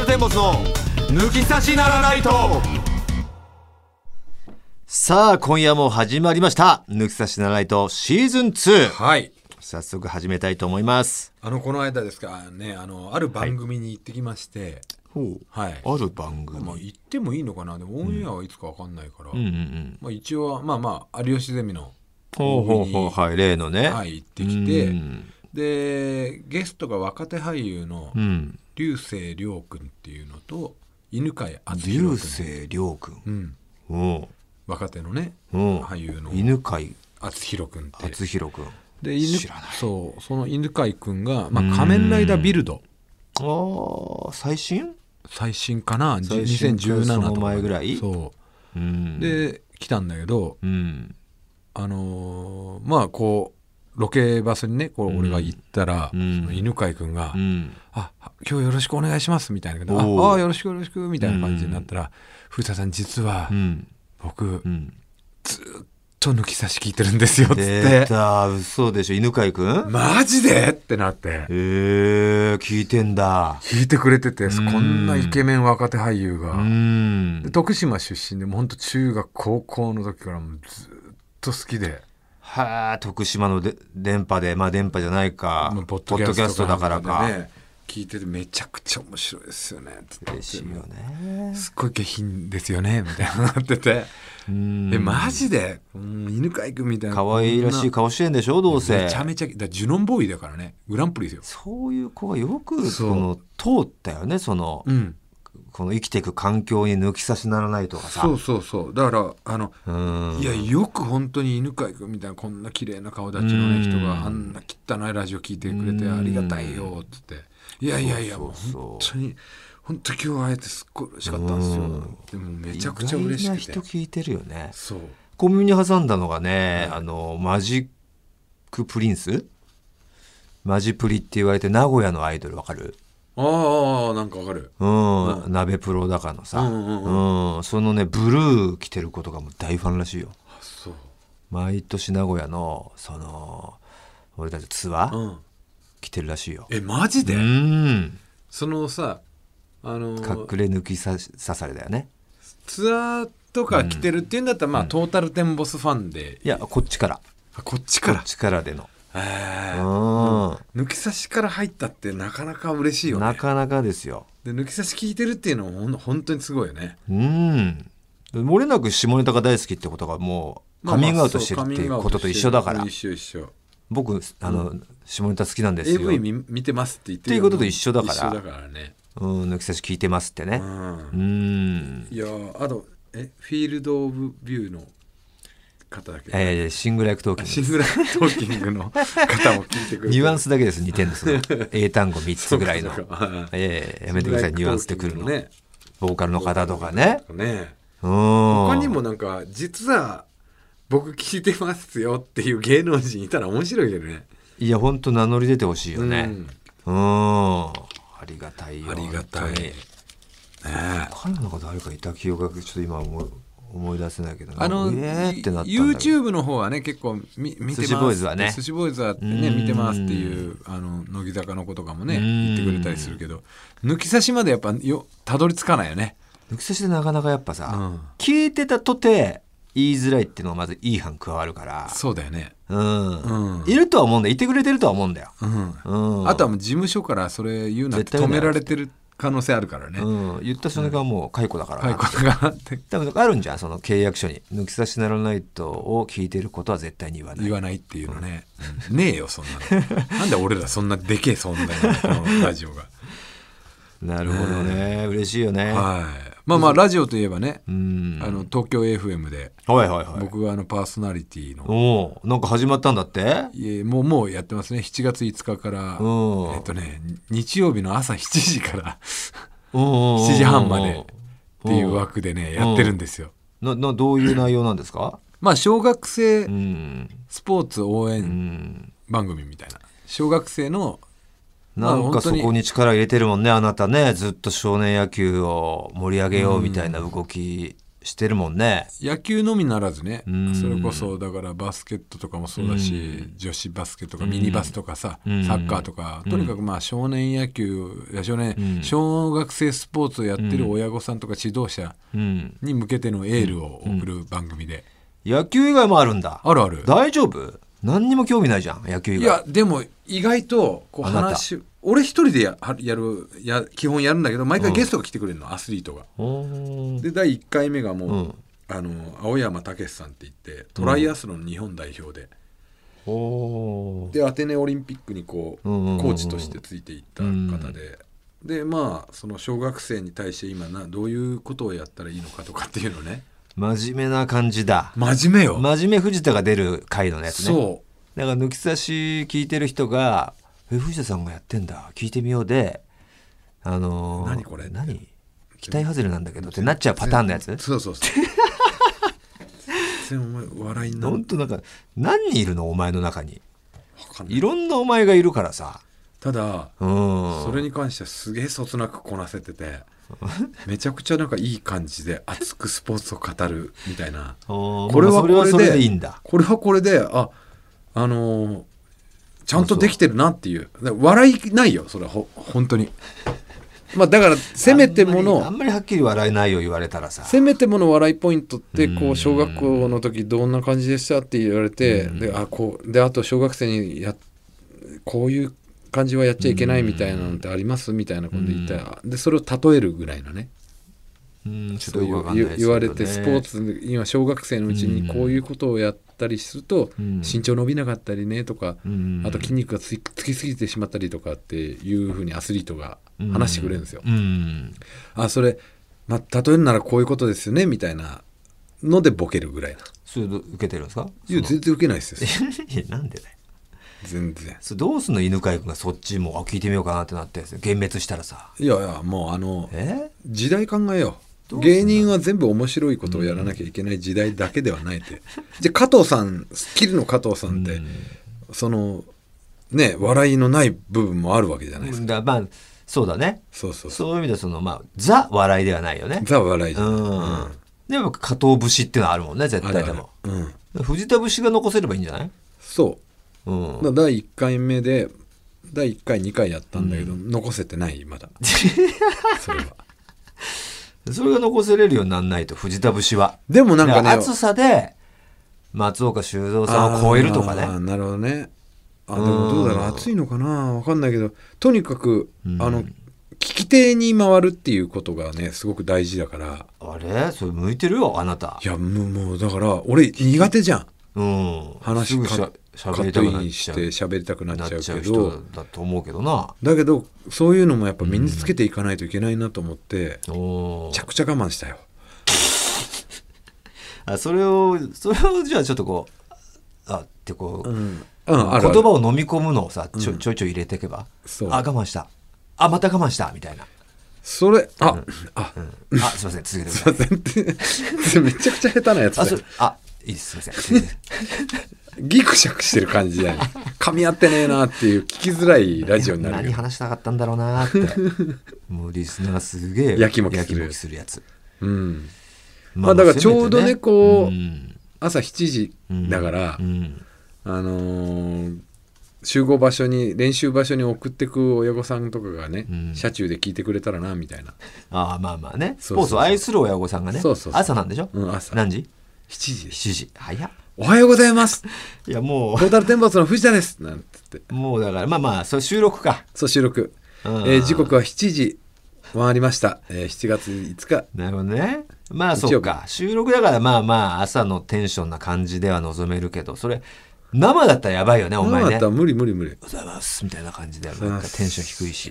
ルテンボスの抜き差しならないと。さあ今夜も始まりました抜き差しならないとシーズン2。 はい。 早速始めたいと思います。 この間ですかね、ある番組に行ってきまして、 はい、ある番組、 行ってもいいのかな。でもオンエアはいつか分かんないから、一応は有吉ゼミのはい、例のね、 はい、行ってきて、でゲストが若手俳優の竜星涼君っていうのと犬飼敦弘君。 竜星涼君、 若手のね、俳優の犬飼敦弘君って。 敦弘君で知らない。 その犬飼君が、仮面ライダービルド、 最新かな、2017とかその前ぐらい。 そうで来たんだけど、こうロケバスにね、こう俺が行ったら、その犬飼君が、今日よろしくお願いしますみたいな、よろしくみたいな感じになったら、古田さん実は、僕、ずっと抜き差し聞いてるんですよっつって。 出た。嘘でしょ。犬飼君マジでってなって、 聞いてんだ。 聞いてくれてて、こんなイケメン若手俳優が、で徳島出身で、もうほんと中学高校の時からもうずっと好きで、 徳島の電波で、電波じゃないか、ポッドキャストだからか、 聞いててめちゃくちゃ面白いですよねって。 嬉しいよね。 すっごい下品ですよねみたいななってて、マジで、犬飼君みたいな可愛らしい顔してんでしょ、どうせ。 めちゃめちゃジュノンボーイだからね、グランプリですよ。 そういう子がよく通ったよね、この生きていく環境に抜き差しならないとかさ。 そうだからいや、よく本当に犬飼君みたいなこんな綺麗な顔立ちのね人があんな汚いラジオ聞いてくれてありがたいよっつって、いやもう本当今日会えてすっごい嬉しかったんですよ。でもめちゃくちゃ嬉しくて、 意外な人聞いてるよね。 そう、 小耳に挟んだのがね、マジックプリンス、マジプリって言われて名古屋のアイドル、わかる？ なんかわかる。 鍋プロだからのさ、そのねブルー着てる子とかも大ファンらしいよ。 そう、 毎年名古屋の俺たちツアー、来てるらしいよ。 マジで？そのさ、 隠れ抜き刺されだよね。 ツアーとか来てるっていうんだったら、トータルテンボスファンで。 いや、こっちからでの。 抜き差しから入ったってなかなか嬉しいよね。 なかなかですよ。 で抜き差し聞いてるっていうのも本当にすごいよね。 漏れなく下ネタが大好きってことがもうカミングアウトしてるっていうことと一緒だから。 一緒。 僕下ネタ好きなんですよ。 AV 見てますって言ってるっていうことと一緒だから。 一緒だからね。 抜き差し聞いてますってね。 いや、あとフィールドオブビューの方だけ、 シングルライクトーキング、 シングルライクトーキングの方も聞いてくれてニュアンスだけです。似てんです英単語3つぐらいのやめてください、ニュアンスでくるの、ボーカルの方とかね。 他にもなんか実は僕聞いてますよっていう芸能人いたら面白いけどね。 いや本当名乗り出てほしいよね。ありがたいよ。 ありがたい。 他の中誰かいた記憶がちょっと今思い出せないけど、ってなったんだけど YouTube の方はね結構見てます。 寿司ボーイズはね、 寿司ボーイズはね見てますっていう乃木坂の子とかもね言ってくれたりするけど、抜き差しまでやっぱたどり着かないよね。 抜き差しでなかなかやっぱさ、聞いてたとて言いづらいっていうのがまずいい班加わるから。 そうだよね。 いるとは思うんだよ。いてくれてるとは思うんだよ。 あとはもう事務所からそれ言うなって止められてる可能性あるからね。 言った瞬間はもう解雇だからな。 解雇だからって多分あるんじゃん、その契約書に抜き差しならないとを聞いてることは絶対に言わないっていうのね。ねえよそんなの。なんで俺らそんなでけえ存在なのこのラジオが。 なるほどね。嬉しいよね。 ラジオといえばね、東京 FM で僕がパーソナリティのなんか始まったんだって。 もうやってますね。7月5日から日曜日の朝7時から7時半までっていう枠でねやってるんですよ。 どういう内容なんですか？ 小学生スポーツ応援番組みたいな。小学生のなんかそこに力入れてるもんね、あなたね。ずっと少年野球を盛り上げようみたいな動きしてるもんね。 野球のみならずね、 うんそれこそだからバスケットとかもそうだし、女子バスケとかミニバスとかさ、サッカーとか、とにかくまあ少年野球や小学生スポーツをやってる親御さんとか指導者に向けてのエールを送る番組で、 野球以外もあるんだ。 あるある。 大丈夫？何にも興味ないじゃん、野球以外。 いやでも意外とこう話、俺一人で基本やるんだけど、毎回ゲストが来てくれるの、アスリートが。で第1回目がもう、青山武さんって言ってトライアスロン日本代表で、でアテネオリンピックにこう、コーチとしてついていった方で、でまあその小学生に対して今どういうことをやったらいいのかとかっていうのね。 真面目な感じだ。 真面目よ。 真面目藤田が出る回のやつね。 そうだから抜き差し聞いてる人が藤田さんがやってんだ聞いてみようで、 何これ期待外れなんだけどってなっちゃうパターンのやつ。 そう全然お前笑いになる。 本当なんか何人いるのお前の中に。 分かんない。 いろんなお前がいるからさ。 ただ、それに関してはすげえそつなくこなせててめちゃくちゃなんかいい感じで熱くスポーツを語るみたいな。 これはこれでそれでいいんだ。 これはこれでちゃんとできてるなっていう。笑いないよそれは本当に。まあだからせめてものあんまりはっきり笑えないよ言われたらさ。 せめてもの笑いポイントってこう小学校の時どんな感じでしたって言われて、であと小学生にこういう感じはやっちゃいけないみたいなのってありますみたいなこと言ったら、でそれを例えるぐらいのね。そう言われて、スポーツ今小学生のうちにこういうことをやったりすると身長伸びなかったりねとか、あと筋肉がつきすぎてしまったりとかっていうふうにアスリートが話してくれるんですよ。それ、例えるならこういうことですよねみたいなのでボケるぐらいな。 それ受けてるんですか？ いや全然受けないですよ。 いやなんでだよ。 全然。 それどうすんの犬飼君がそっちも聞いてみようかなってなって幻滅したらさ。 いやいやもう時代考えよう。芸人は全部面白いことをやらなきゃいけない時代だけではないって。じゃ加藤さん、スッキリの加藤さんって、そのね笑いのない部分もあるわけじゃないですか。 まあそうだね。そういう意味でザ笑いではないよね。 ザ笑いじゃない。 でも加藤節っていうのはあるもんね絶対でも。藤田節が残せればいいんじゃない？ そう。第1回目で第1回2回やったんだけど、残せてないまだ。それは。 それが残せれるようにならないと藤田節は。 でもなんかね熱さで松岡修造さんを超えるとかね。 なるほどね。でもどうだろう、熱いのかな分かんないけど、とにかく聞き手に回るっていうことがねすごく大事だから。 あれそれ向いてるよあなた。 いやもうだから俺苦手じゃん。話カットインして喋りたくなっちゃうけどだと思うけどな。 だけどそういうのもやっぱ身につけていかないといけないなと思って、めちゃくちゃ我慢したよ。 それをじゃあちょっとこうってこう、言葉を飲み込むのをさちょいちょい入れていけば、我慢したまた我慢したみたいな。 それすいません続けてください。 めちゃくちゃ下手なやつだよ。 いいですすいません。 ギクシャクしてる感じだよね。噛み合ってねえなっていう聞きづらいラジオになる。 何話したかったんだろうなってもうリスナーすげえやきもきするやつ。 だからちょうどねこう朝7時だから、集合場所に練習場所に送ってく親御さんとかがね、車中で聞いてくれたらなみたいな。 まあね、スポーツを愛する親御さんがね。朝なんでしょ。 朝何時 ？7時。 早っ。 おはようございます。 いやもうトータルテンボスの藤田ですなんてもうだからそれ収録か。 そう収録。時刻は7時回りました。7月5日。 なるほどね。そうか収録だから朝のテンションな感じでは望めるけど、それ生だったらやばいよねお前ね。 生だったら無理。 おはようございますみたいな感じでなんかテンション低いし。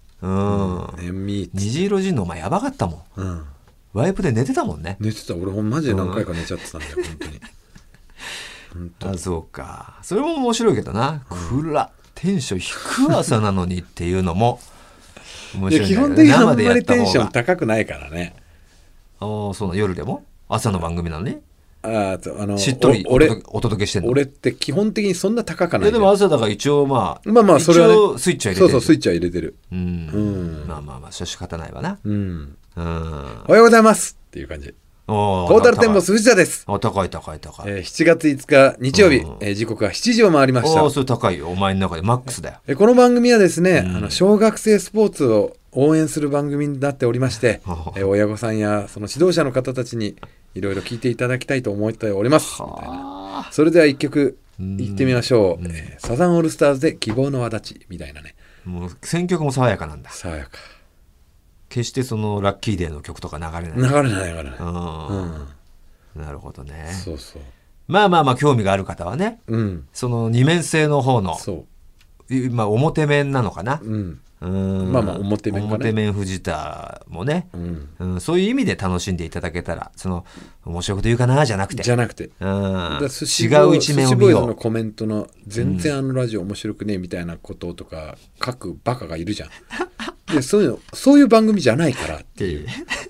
虹色人のお前やばかったもん。ワイプで寝てたもんね。 寝てた。俺マジで何回か寝ちゃってたんだよ本当に。 そうか。それも面白いけどな。テンション低朝なのにっていうのも面白いんだけど、 基本的にあんまりテンション高くないからね。 そうな夜でも朝の番組なのにしっとりお届けしてんの。 俺って基本的にそんな高かない。 でも朝だから一応それはね、 一応スイッチは入れてる。 そうスイッチは入れてる。 それ仕方ないわな。 おはようございますっていう感じ。 トータルテンボス藤田です。 高い。 7月5日日曜日、時刻は7時を回りました。 それ高いよ、お前の中でマックスだよ。 この番組はですね、小学生スポーツを応援する番組になっておりまして、親御さんやその指導者の方たちにいろいろ聞いていただきたいと思っておりますみたいな。それでは一曲いってみましょう。サザンオールスターズで希望の輪立ちみたいなね。 もう選曲も爽やかなんだ。 爽やか。 決してそのラッキーデーの曲とか流れない。 流れない。 なるほどね。 そうそう。 まあ興味がある方はね、その二面性の方の、表面なのかな。表面かね。表面藤田もね、そういう意味で楽しんでいただけたら、その面白いこと言うかなじゃなくて、違う一面を見よう。 のコメントの全然あのラジオ面白くねえみたいなこととか書くバカがいるじゃん。でそういう番組じゃないからっていう。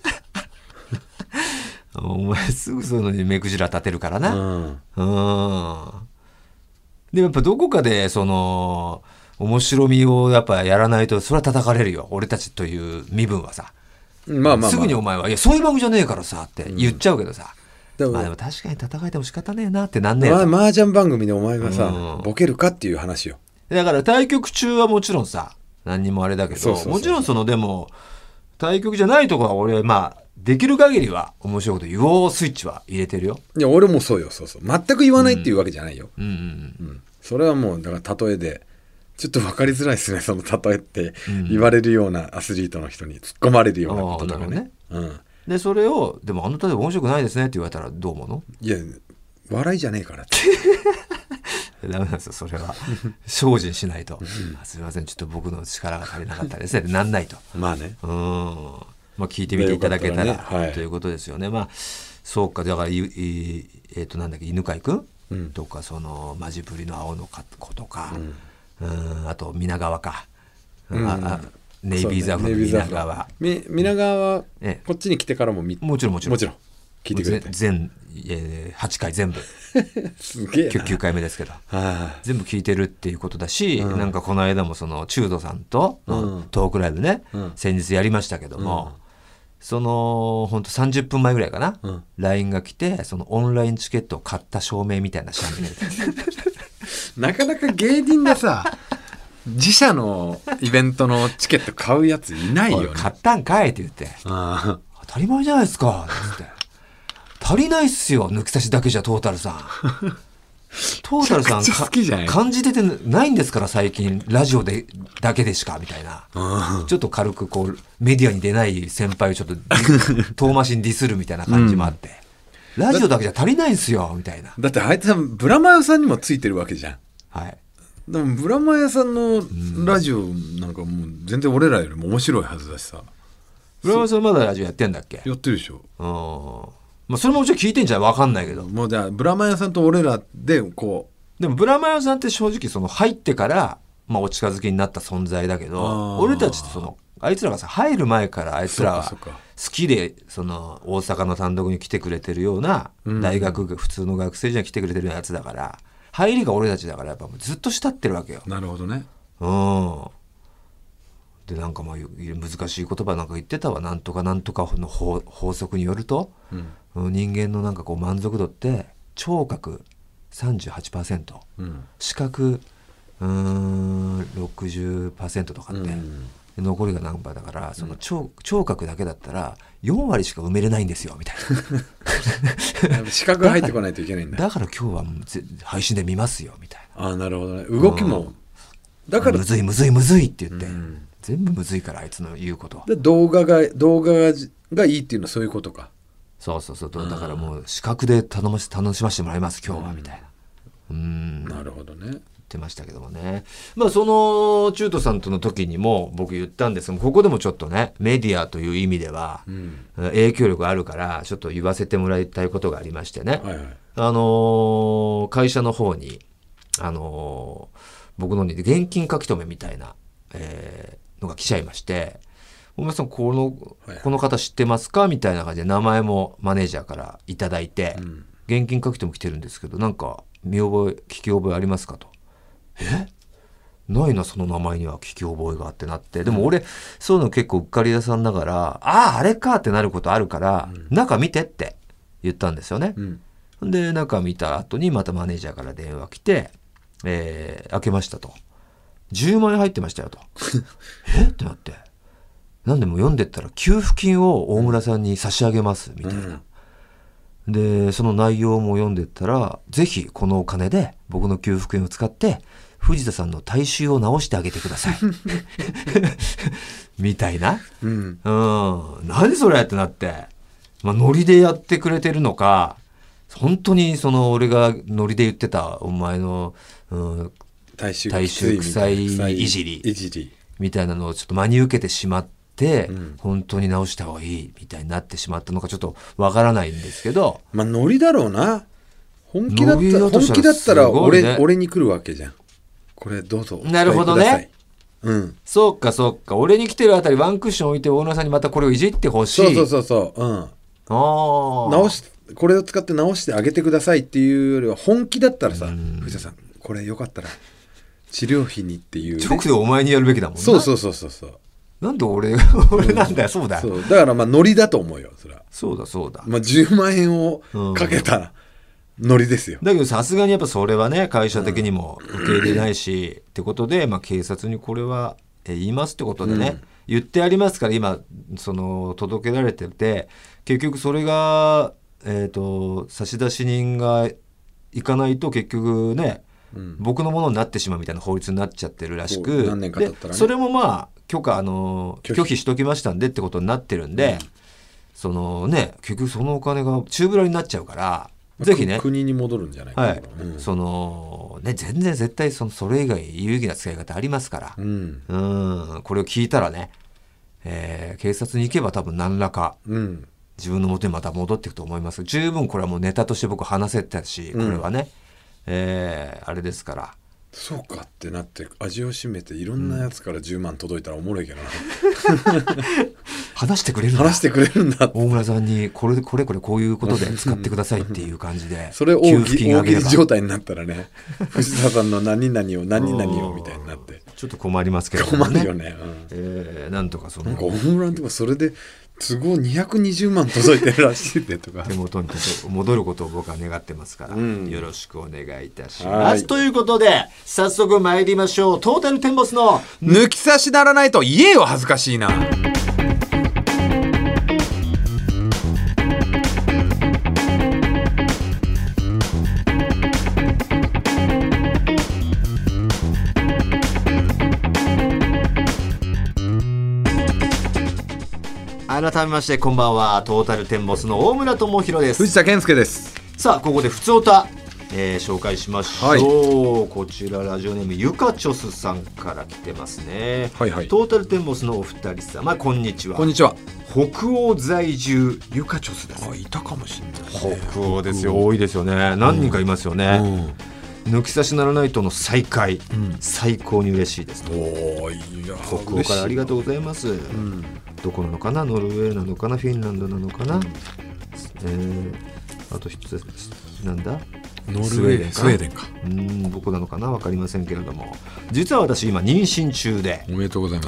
お前すぐそういうのに目くじら立てるからな。でもやっぱどこかでその面白みをやっぱやらないとそれは叩かれるよ、俺たちという身分はさ。すぐにお前はいやそういう番組じゃねえからさって言っちゃうけどさ、でも確かに叩かれても仕方ねえなってなんねえと。 麻雀番組でお前がさ、ボケるかっていう話よ。 だから対局中はもちろんさ何にもあれだけど、もちろんそのでも対局じゃないところは俺できる限りは面白いこと言おうスイッチは入れてるよ。 いや俺もそうよ。そう全く言わないっていうわけじゃないよ。それはもうだから例えでちょっと分かりづらいですね、その例えって言われるようなアスリートの人に突っ込まれるようなこととかね。 でそれをでもあなたで面白くないですねって言われたらどう思うの？ いや笑いじゃねえからって。 ダメなんですよそれは。精進しないと。すいませんちょっと僕の力が足りなかったですねってなんないと。聞いてみていただけたら、ということですよね。そうかだからなんだっけ犬飼くん、とかそのマジプリの青の子とか、あと皆川か、ネイビーザフの皆川はこっちに来てからももちろん聞いてくれて全8回全部すげえな 9回目ですけど全部聞いてるっていうことだし、なんかこの間もその中途さんとトークライブね、先日やりましたけども、そのほんと30分前ぐらいかな、LINE が来てそのオンラインチケットを買った証明みたいな写メが出てなかなか芸人でさ自社のイベントのチケット買うやついないよね。 買ったんかいって言って当たり前じゃないですかって足りないっすよ抜き差しだけじゃトータルさんトータルさん好きじゃない感じててないんですから最近ラジオでだけでしかみたいな、ちょっと軽くこうメディアに出ない先輩をちょっと遠回しにディスるみたいな感じもあって、ラジオだけじゃ足りないんすよみたいな。 だってあいつさんブラマヨさんにもついてるわけじゃん。でもブラマヨさんのラジオなんかもう全然俺らよりも面白いはずだしさ。 ブラマヨさんまだラジオやってんだっけ？ やってるでしょ。 それももちろん聞いてんじゃ分かんないけど、 もうじゃあブラマヨさんと俺らでこうでもブラマヨさんって正直その入ってからお近づきになった存在だけど、俺たちってそのあいつらがさ入る前からあいつらは好きでその大阪の単独に来てくれてるような大学普通の学生じゃ来てくれてるやつだから入りが俺たちだからやっぱずっと慕ってるわけよ。 なるほどね。 でなんか難しい言葉なんか言ってたわ。なんとかなんとかの法則によると、人間のなんかこう満足度って聴覚 38%、視覚60% とかって、残りが何パーだからその聴覚だけだったら4割しか埋めれないんですよみたいな。視覚が入ってこないといけないんだ。 だから今日は配信で見ますよみたいな。 なるほどね。動きも、 だからむずいって言って、全部むずいからあいつの言うことで動画がいいっていうのはそういうことか。 そうだからもう視覚で楽しませてもらいます今日はみたいな。 なるほどね。 言ってましたけどもね。その中途さんとの時にも僕言ったんですが、ここでもちょっとねメディアという意味では、影響力あるからちょっと言わせてもらいたいことがありましてね、会社の方に僕のに現金書き留めみたいな、のが来ちゃいまして、大村さんこの方知ってますかみたいな感じで名前もマネージャーからいただいて、現金書き留め来てるんですけどなんか聞き覚えありますかと。ないなその名前には聞き覚えがあってなって、でも俺そういうの結構うっかり屋さんだからあれかってなることあるから、中見てって言ったんですよね。で中見た後にまたマネージャーから電話来て、開けましたと。10万円入ってましたよと。ってなって。なんでも読んでったら給付金を大村さんに差し上げますみたいな。でその内容も読んでったら、ぜひこのお金で僕の給付金を使って藤田さんの体臭を直してあげてくださいみたいな、何それってなって、ノリでやってくれてるのか、本当にその俺がノリで言ってたお前の、体臭臭いいじりみたいなのをちょっと真に受けてしまって、本当に直した方がいいみたいになってしまったのかちょっとわからないんですけど、 ノリだろうな。本気だったら俺に来るわけじゃん。これどうぞ。 なるほどね。そうかそうか。俺に来てるあたりワンクッション置いて大村さんにまたこれをいじってほしい。 そう。これを使って直してあげてくださいっていうよりは、本気だったらさ、藤田さんこれよかったら治療費にっていう、 直でお前にやるべきだもんな。 そうなんで俺なんだよ。そうだよ。 だからノリだと思うよそれは。 そうだ 10万円をかけたノリですよ。 だけどさすがにやっぱそれはね、会社的にも受け入れないし、ってことで、警察にこれは言いますってことでね、言ってありますから、今その届けられてて、結局それが差出人が行かないと結局ね、僕のものになってしまうみたいな法律になっちゃってるらしく、 何年か経ったらね、 それも拒否しときましたんでってことになってるんで、そのね、結局そのお金が宙ぶらりになっちゃうから、ぜひね国に戻るんじゃないかな。 そのね、全然絶対それ以外有意義な使い方ありますから、これを聞いたらね、警察に行けば多分何らか、自分の元にまた戻っていくと思います。十分これはもうネタとして僕話せたし、これはね、あれですから。 そうかってなって味を占めていろんなやつから10万届いたらおもろいけどな。 話してくれるんだ。大村さんにこれこういうことで使ってくださいっていう感じでそれ大喜利状態になったらね、藤田さんの何々をみたいになってちょっと困りますけどね。 困るよね。 なんとかなんか大村とかそれで都合220万届いてるらしいでとか手元に戻ることを僕は願ってますから、よろしくお願いいたします。ということで早速参りましょう。トータルテンボスの抜き差しならないと言えよ、恥ずかしいな。 改めましてこんばんは。トータルテンボスの大村智弘です。 藤田健介です。 さあここでふつおた、紹介しましょう、こちらラジオネームゆかちょすさんから来てますね、トータルテンボスのお二人様、こんにちは。 こんにちは。 北欧在住ゆかちょすです。 いたかもしれない、 北欧ですよ。多いですよね。何人かいますよね、抜き差しならないとの再会、最高に嬉しいです。北欧からありがとうございます、どこなのかな、ノルウェーなのかな、フィンランドなのかな、あと一つなんだ、 ノルウェー、スウェーデンか、 どこなのかな、分かりませんけれども、実は私今妊娠中で、 おめでとうございます。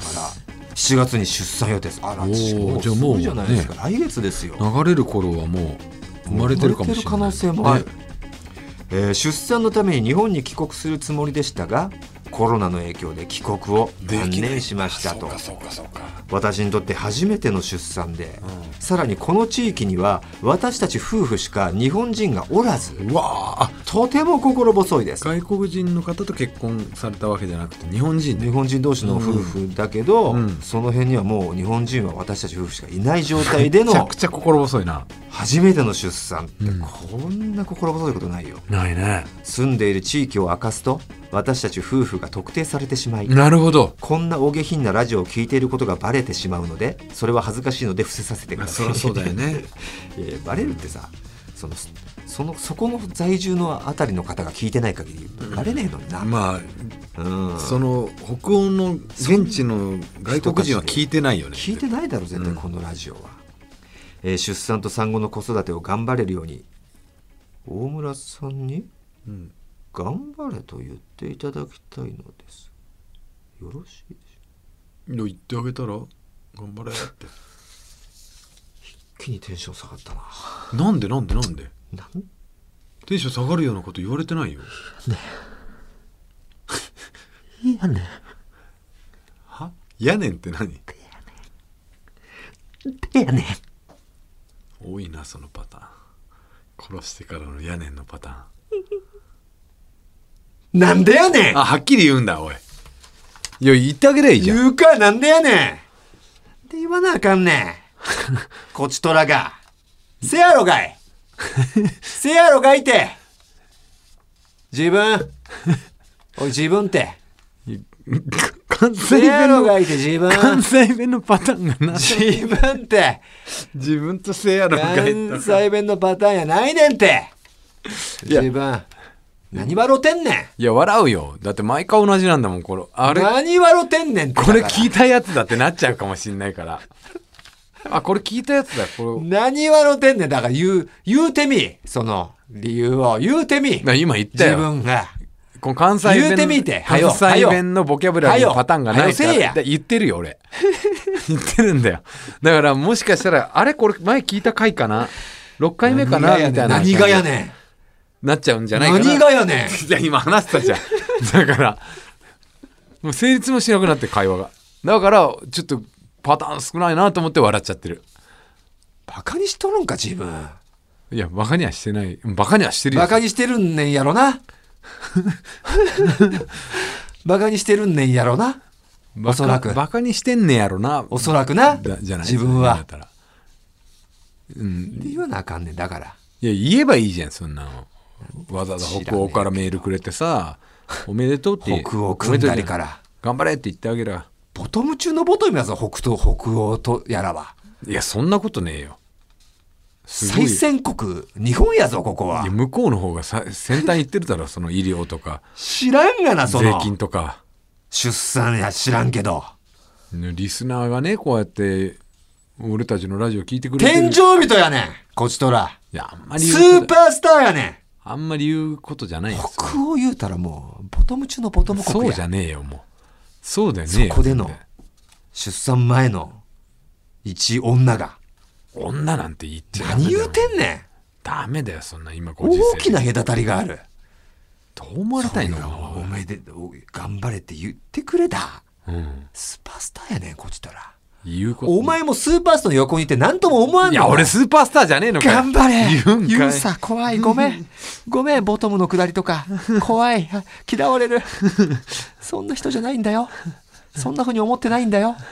7月に出産予定です。あら、じゃあもうじゃないですか、来月ですよ。 流れる頃はもう生まれてるかもしれない。 可能性もある、出産のために日本に帰国するつもりでしたが、コロナの影響で帰国を断念しましたと。私にとって初めての出産で、さらにこの地域には私たち夫婦しか日本人がおらず、とても心細いです。 外国人の方と結婚されたわけじゃなくて日本人同士の夫婦だけど、その辺にはもう日本人は私たち夫婦しかいない状態でのめちゃくちゃ心細いな。 初めての出産ってこんな心細いことないよ。 ないね。 住んでいる地域を明かすと私たち夫婦が特定されてしまい、 なるほど、 こんなお下品なラジオを聞いていることがバレてしまうので、それは恥ずかしいので伏せさせてください。 そうだよね。 バレるってさ、そこの在住のあたりの方が聞いてない限りバレねえのにな。 その北欧の現地の外国人は聞いてないよね。 聞いてないだろ絶対、このラジオは。出産と産後の子育てを頑張れるように大村さんに、頑張れと言っていただきたいのです。よろしいでしょう。 言ってあげたら頑張れって。 気にテンション下がったな。 なんでテンション下がるようなこと言われてないよ。 いやねはやねんって何？ やね多いなそのパターン。殺してからのやねんのパターン。 なんでやねん。 はっきり言うんだおい。いや言ってあげりゃいいじゃん。 言うかなんでやねんって言わなあかんねんこちとらがせやろがいせやろがいて自分おい自分って関せやろがいて自分関西弁のパターンがな。 自分って自分とせやろがい関西弁のパターンやないねんって自分何笑てんねん。いや笑うよ。だって毎回同じなんだもんこれ。あん。 れ何笑てんねんって。 これ聞いたやつだってなっちゃうかもしんないから。あこれ聞いたやつだこれ。 何笑てんねん。だから言うてみ。その理由を言うてみ。 今言ったよ。 自分が。 この関西弁言うてみて。 関西弁のボキャブラリーのパターンがないから。言ってるよ俺。言ってるんだよ。だからもしかしたらあれこれ前聞いた回かな。6回目かなみたいな。 何がやねん。なっちゃうんじゃないかな。 何がやねん。 いや今話したじゃん。だからもう成立もしなくなって会話が。だからちょっとパターン少ないなと思って笑っちゃってる。 バカにしとるんか自分。 いやバカにはしてない。バカにはしてるよ。 バカにしてるんねんやろな。バカにしてるんねんやろな。おそらくバカにしてんねやろな。 おそらくな。 じゃない自分は。 って言わなあかんねんだから。 いや言えばいいじゃんそんなの。わざわざ北欧からメールくれてさおめでとうって北欧組んだりから頑張れって言ってあげる。 ボトム中のボトムやぞ北欧とやらは。 いやそんなことねえよ。 最先国日本やぞここは。 いや向こうの方が先端行ってるだろその医療とか知らんがなその税金とか出産や知らんけどリスナーがねこうやって俺たちのラジオ聞いてくれてる。 天井人やねんこちとら。 いやあんまりスーパースターやねん。 あんまり言うことじゃないよ。 北欧言うたらもうボトム中のボトム国や。 そうじゃねえよもう。そうだよね。 そこでの出産前の一女が女なんて言って何言うてんねん。 ダメだよそんな今ご時世大きな隔たりがある。 どう思われたいの。 おめで頑張れって言ってくれた、スーパースターやねんこちとら。 言うことお前もスーパースターの横にいて何とも思わんの。 いや俺スーパースターじゃねえのか。 頑張れ言うさ怖いごめんボトムの下りとか怖い嫌われるそんな人じゃないんだよ。そんな風に思ってないんだよ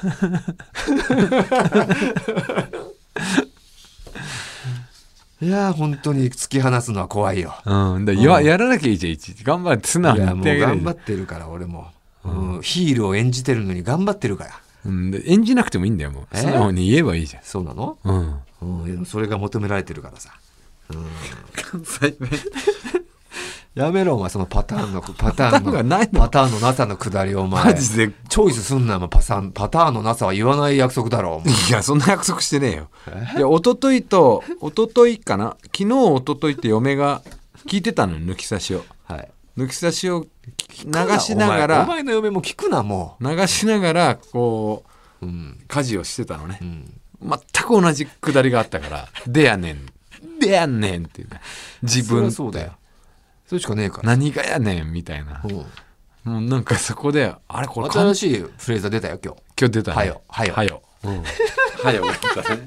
いや本当に突き放すのは怖いよ。 やらなきゃいいじゃんいちいち頑張って素直に言ってあげる。 いやもう頑張ってるから俺も、ヒールを演じてるのに頑張ってるから。 演じなくてもいいんだよもう素直に言えばいいじゃん。 そうなの？それが求められてるからさ。 関西弁やめろお前そのパターンのなさのくだりをお前マジでチョイスすんなよ。パターンのなさは言わない約束だろ。 いやそんな約束してねえよ。いや一昨日かな昨日一昨日って嫁が聞いてたの抜き差しを、抜き差しを流しながらお前の嫁も聞くなもう流しながらこう、家事をしてたのね、全く同じくだりがあったからでやねんっていう自分そうだよ。それしかねえから。 何がやねんみたいな。もうなんかそこであれこれ新しいフレーズが出たよ今日出たね。はよが出たね。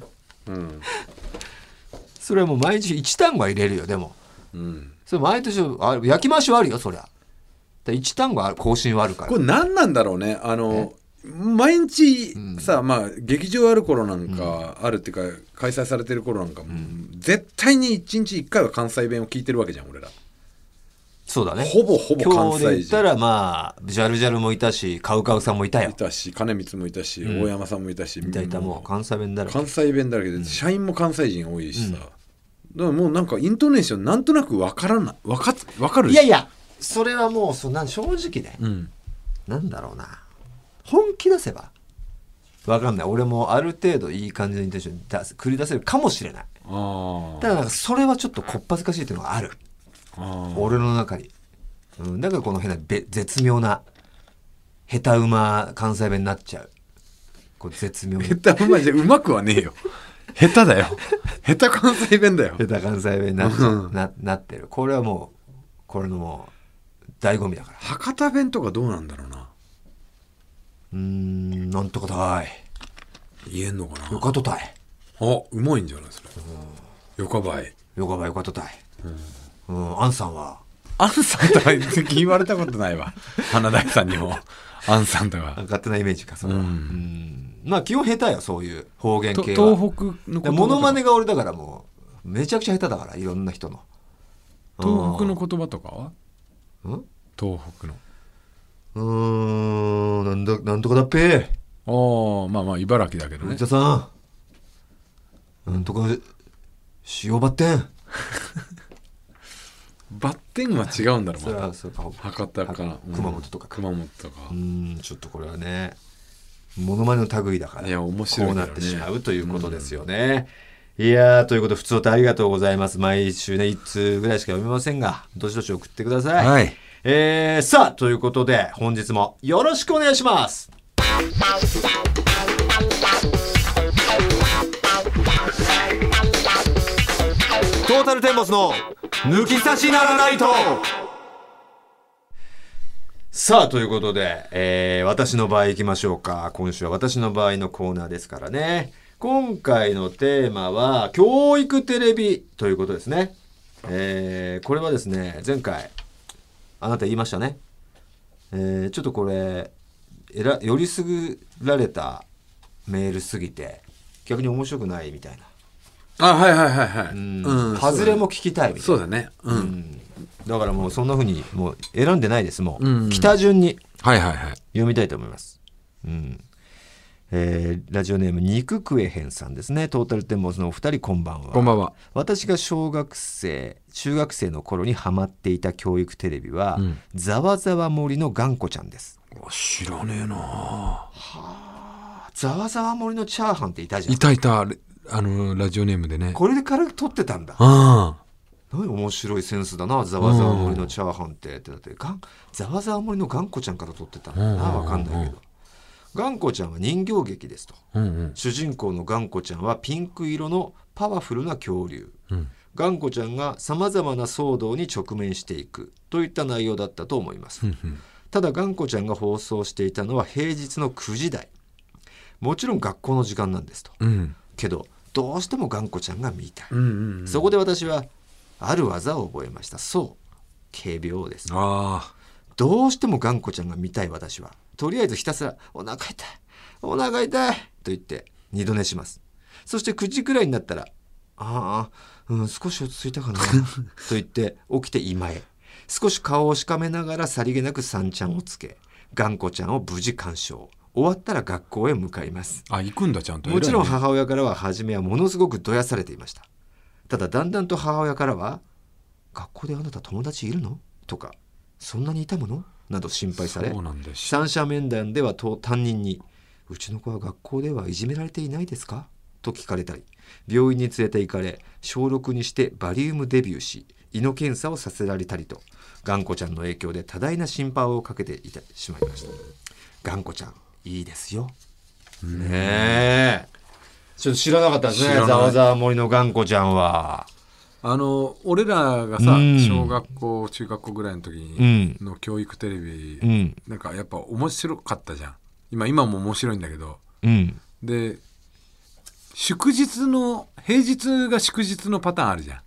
それはもう毎日1単語は入れるよ。でも、それ毎年焼き回しはあるよそりゃ。1単語は更新はあるから。 これ何なんだろうね。毎日さ、劇場ある頃なんか、あるっていうか開催されてる頃なんか、絶対に1日1回は関西弁を聞いてるわけじゃん俺ら。 そうだね。 ほぼ関西人。 今日で言ったらジャルジャルもいたしカウカウさんもいたよ。 いたし金光もいたし、大山さんもいたし、 いたもう関西弁だらけ。 関西弁だらけで、社員も関西人多いしさ、だからもうなんかイントネーションなんとなく分かる。 いやそれはもう正直ね、なんだろうな、本気出せば分かんない。俺もある程度いい感じのイントネーション繰り出せるかもしれない。ただなんかそれはちょっとこっぱずかしいっていうのがある。俺の中に、だからこの変な絶妙な下手馬関西弁になっちゃう。こう絶妙に下手馬じゃうまくはねえよ。 下手だよ。下手関西弁だよ。 下手関西弁になっちゃう、なってる。これはもうこれのもう醍醐味だから。 博多弁とかどうなんだろうな。 なんとかたい言えんのかな。 よかとたい。 あ、うまいんじゃないそれ。よかばい。 よかばいよかとたい。アンさんは。 アンさんとか言われたことないわ。花大さんにもアンさんとか。 勝手なイメージかそれは。まあ基本下手よそういう方言系は。 東北の言葉。 モノマネが俺だからもうめちゃくちゃ下手だからいろんな人の。 東北の言葉とかは？東北の。 なんとかだっぺ。 まあまあ茨城だけどね。 内田さん。なんとか塩バッテン。 バッテンは違うんだろう。 それはそうか。 博多かな。 熊本とか。 熊本とか。 ちょっとこれはね、モノマネの類だから。 いや面白いこうなってしまうということですよね。いやーということで、ふつおたありがとうございます。毎週ね1通ぐらいしか読めませんが、どしどし送ってください。 はい。 さあということで本日もよろしくお願いします。トータルテンボスの抜き差しならないと。さあということで、私の場合いきましょうか。今週は私の場合のコーナーですからね。今回のテーマは教育テレビということですね。これはですね、前回あなた言いましたね。ちょっとこれよりすぐられたメールすぎて逆に面白くないみたいな。 はいはいはいはい。 外れも聞きたいみたいな。 そうだね。 だからもうそんな風にもう選んでないです。もう来た順に読みたいと思います。ラジオネーム肉食えへんさんですね。トータルテンボスのお二人こんばんは。 こんばんは。 私が小学生中学生の頃にハマっていた教育テレビは、ざわざわ森のがんこちゃんです。 知らねえな。はあ、ざわざわ森のチャーハンっていたじゃん。 いたラジオネームでね。 これでから撮ってたんだ。何面白いセンスだな、ざわざわ森のチャーハンってだってざわざわ森のがんこちゃんから撮ってたんだな。わかんないけど、がんこちゃんは人形劇ですと。主人公のがんこちゃんはピンク色のパワフルな恐竜。がんこちゃんがさまざまな騒動に直面していくといった内容だったと思います。ただがんこちゃんが放送していたのは平日の9時台。もちろん学校の時間なんですと。けどどうしてもがんこちゃんが見たい。そこで私はある技を覚えました。そう仮病です。どうしてもがんこちゃんが見たい私はとりあえずひたすらお腹痛いお腹痛いと言って二度寝します。そして9時くらいになったら少し落ち着いたかなと言って起きて居間へ。少し顔をしかめながらさりげなく三ちゃんをつけ、がんこちゃんを無事鑑賞。終わったら学校へ向かいます。 行くんだちゃんと。 もちろん母親からは初めはものすごくどやされていました。ただだんだんと母親からは学校であなた友達いるのとかそんなに痛むのなど心配され、三者面談では担任にうちの子は学校ではいじめられていないですかと聞かれたり、病院に連れて行かれ小6にしてバリウムデビューし胃の検査をさせられたりと、がんこちゃんの影響で多大な心配をかけてしまいました。がんこちゃんいいですよねえ。ちょっと知らなかったですね、ざわざわ森のがんこちゃんは。 俺らがさ、小学校中学校ぐらいの時の教育テレビ、なんかやっぱ面白かったじゃん。今も面白いんだけど、で平日が祝日のパターンあるじゃん。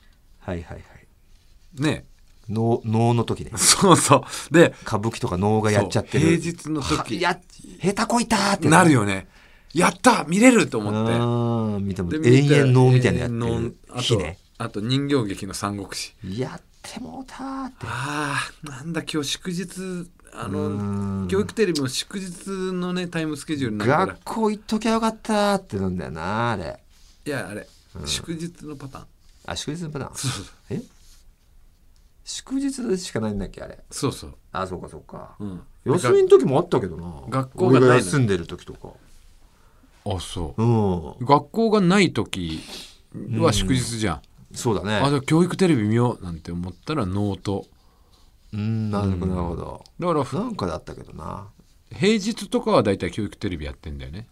ね、 能の時ね。 そうそうで歌舞伎とか能がやっちゃってる平日の時下手こいたってなるよね。やった見れると思って見ても延々能みたいなやってる日ね。 あと人形劇の三国志やってもうたって。 なんだ今日祝日教育テレビも祝日のねタイムスケジュールになるから学校行っときゃよかったってなんだよなあれ。 いやあれ、祝日のパターン。 祝日のパターン。祝日でしかないんだっけあれ。 そうそう。 そうかそうか。休みの時もあったけどな。 学校がないの。 俺が休んでる時とか。 そう。学校がない時は祝日じゃん。 そうだね。 教育テレビ見ようなんて思ったらノート。 なるほど。 だからなんかだったけどな。 平日とかはだいたい教育テレビやってんだよね。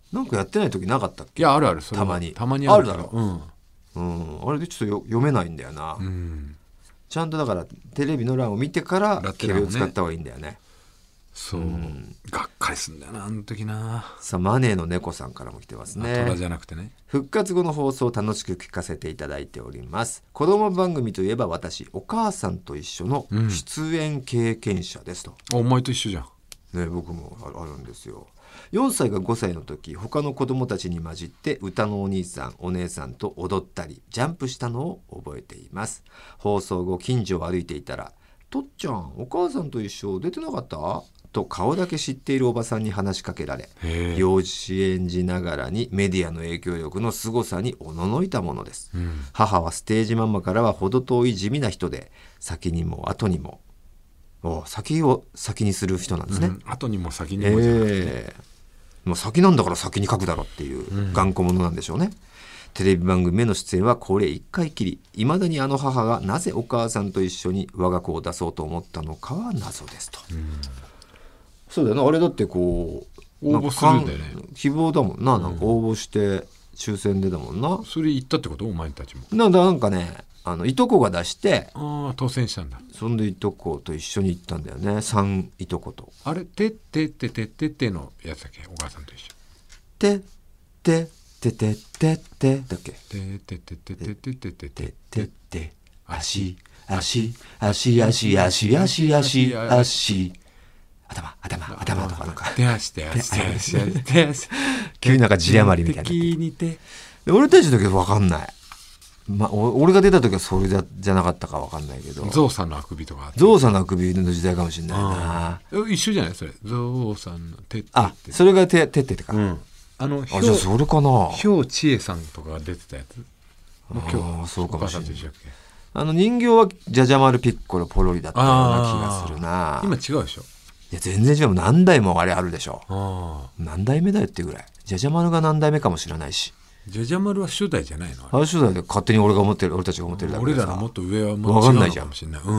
なんかやってない時なかったっけ？ いやあるある、それたまにあるだろ、あれでちょっと読めないんだよな、ちゃんとだからテレビの欄を見てからケベを使った方がいいんだよね。 そう、がっかりすんだよなあの時な。 さあマネーの猫さんからも来てますね。 虎じゃなくてね。 復活後の放送を楽しく聞かせていただいております。子供番組といえば私お母さんと一緒の出演経験者ですと、 お前と一緒じゃんね、僕もあるんですよ。4歳か5歳の時他の子供たちに混じって歌のお兄さんお姉さんと踊ったりジャンプしたのを覚えています。放送後近所を歩いていたらとっちゃんお母さんと一緒出てなかったと顔だけ知っているおばさんに話しかけられ幼稚園児ながらにメディアの影響力の凄さにおののいたものです、母はステージママからは程遠い地味な人で先にも後にも先を先にする人なんですね、 後にも先にもじゃなくて、 もう先なんだから先に書くだろっていう頑固者なんでしょうね、テレビ番組への出演はこれ1回きり。いまだにあの母がなぜお母さんと一緒に我が子を出そうと思ったのかは謎ですと、そうだよな、あれだってこう応募するんだよね。 希望だもんな、なんか応募して抽選でだもんな、 それ言ったってことお前たちも。 なんかねいとこが出して当選したんだ。 そんでいとこと一緒に行ったんだよね、3いとこと。 あれてってってってってってのやつだっけ、お母さんと一緒。 てってってってってってだっけ、 てってってってってってってっててって足足足足足足足足頭とかなんか手足手足手足手足急になんか字余りみたいな。俺たちの時は分かんない、俺が出た時はそれじゃなかったか分かんないけど、 ゾウさんのあくびとかゾウさんのあくびの時代かもしれないな。 一緒じゃないそれ、ゾウさんのてって、 それがてってか、じゃあそれかな、 ひょうちえさんとかが出てたやつ。 そうかもしれない。人形はジャジャマルピッコロポロリだったような気がするな。 今違うでしょ。 いや全然違う、何代もあれあるでしょ。何代目だよっていうぐらい、ジャジャマルが何代目かもしれないし。 ジャジャマルは初代じゃないの？ あれ初代で勝手に俺たちが思ってるだけでさ、 俺らのもっと上はもう分かんないじゃん。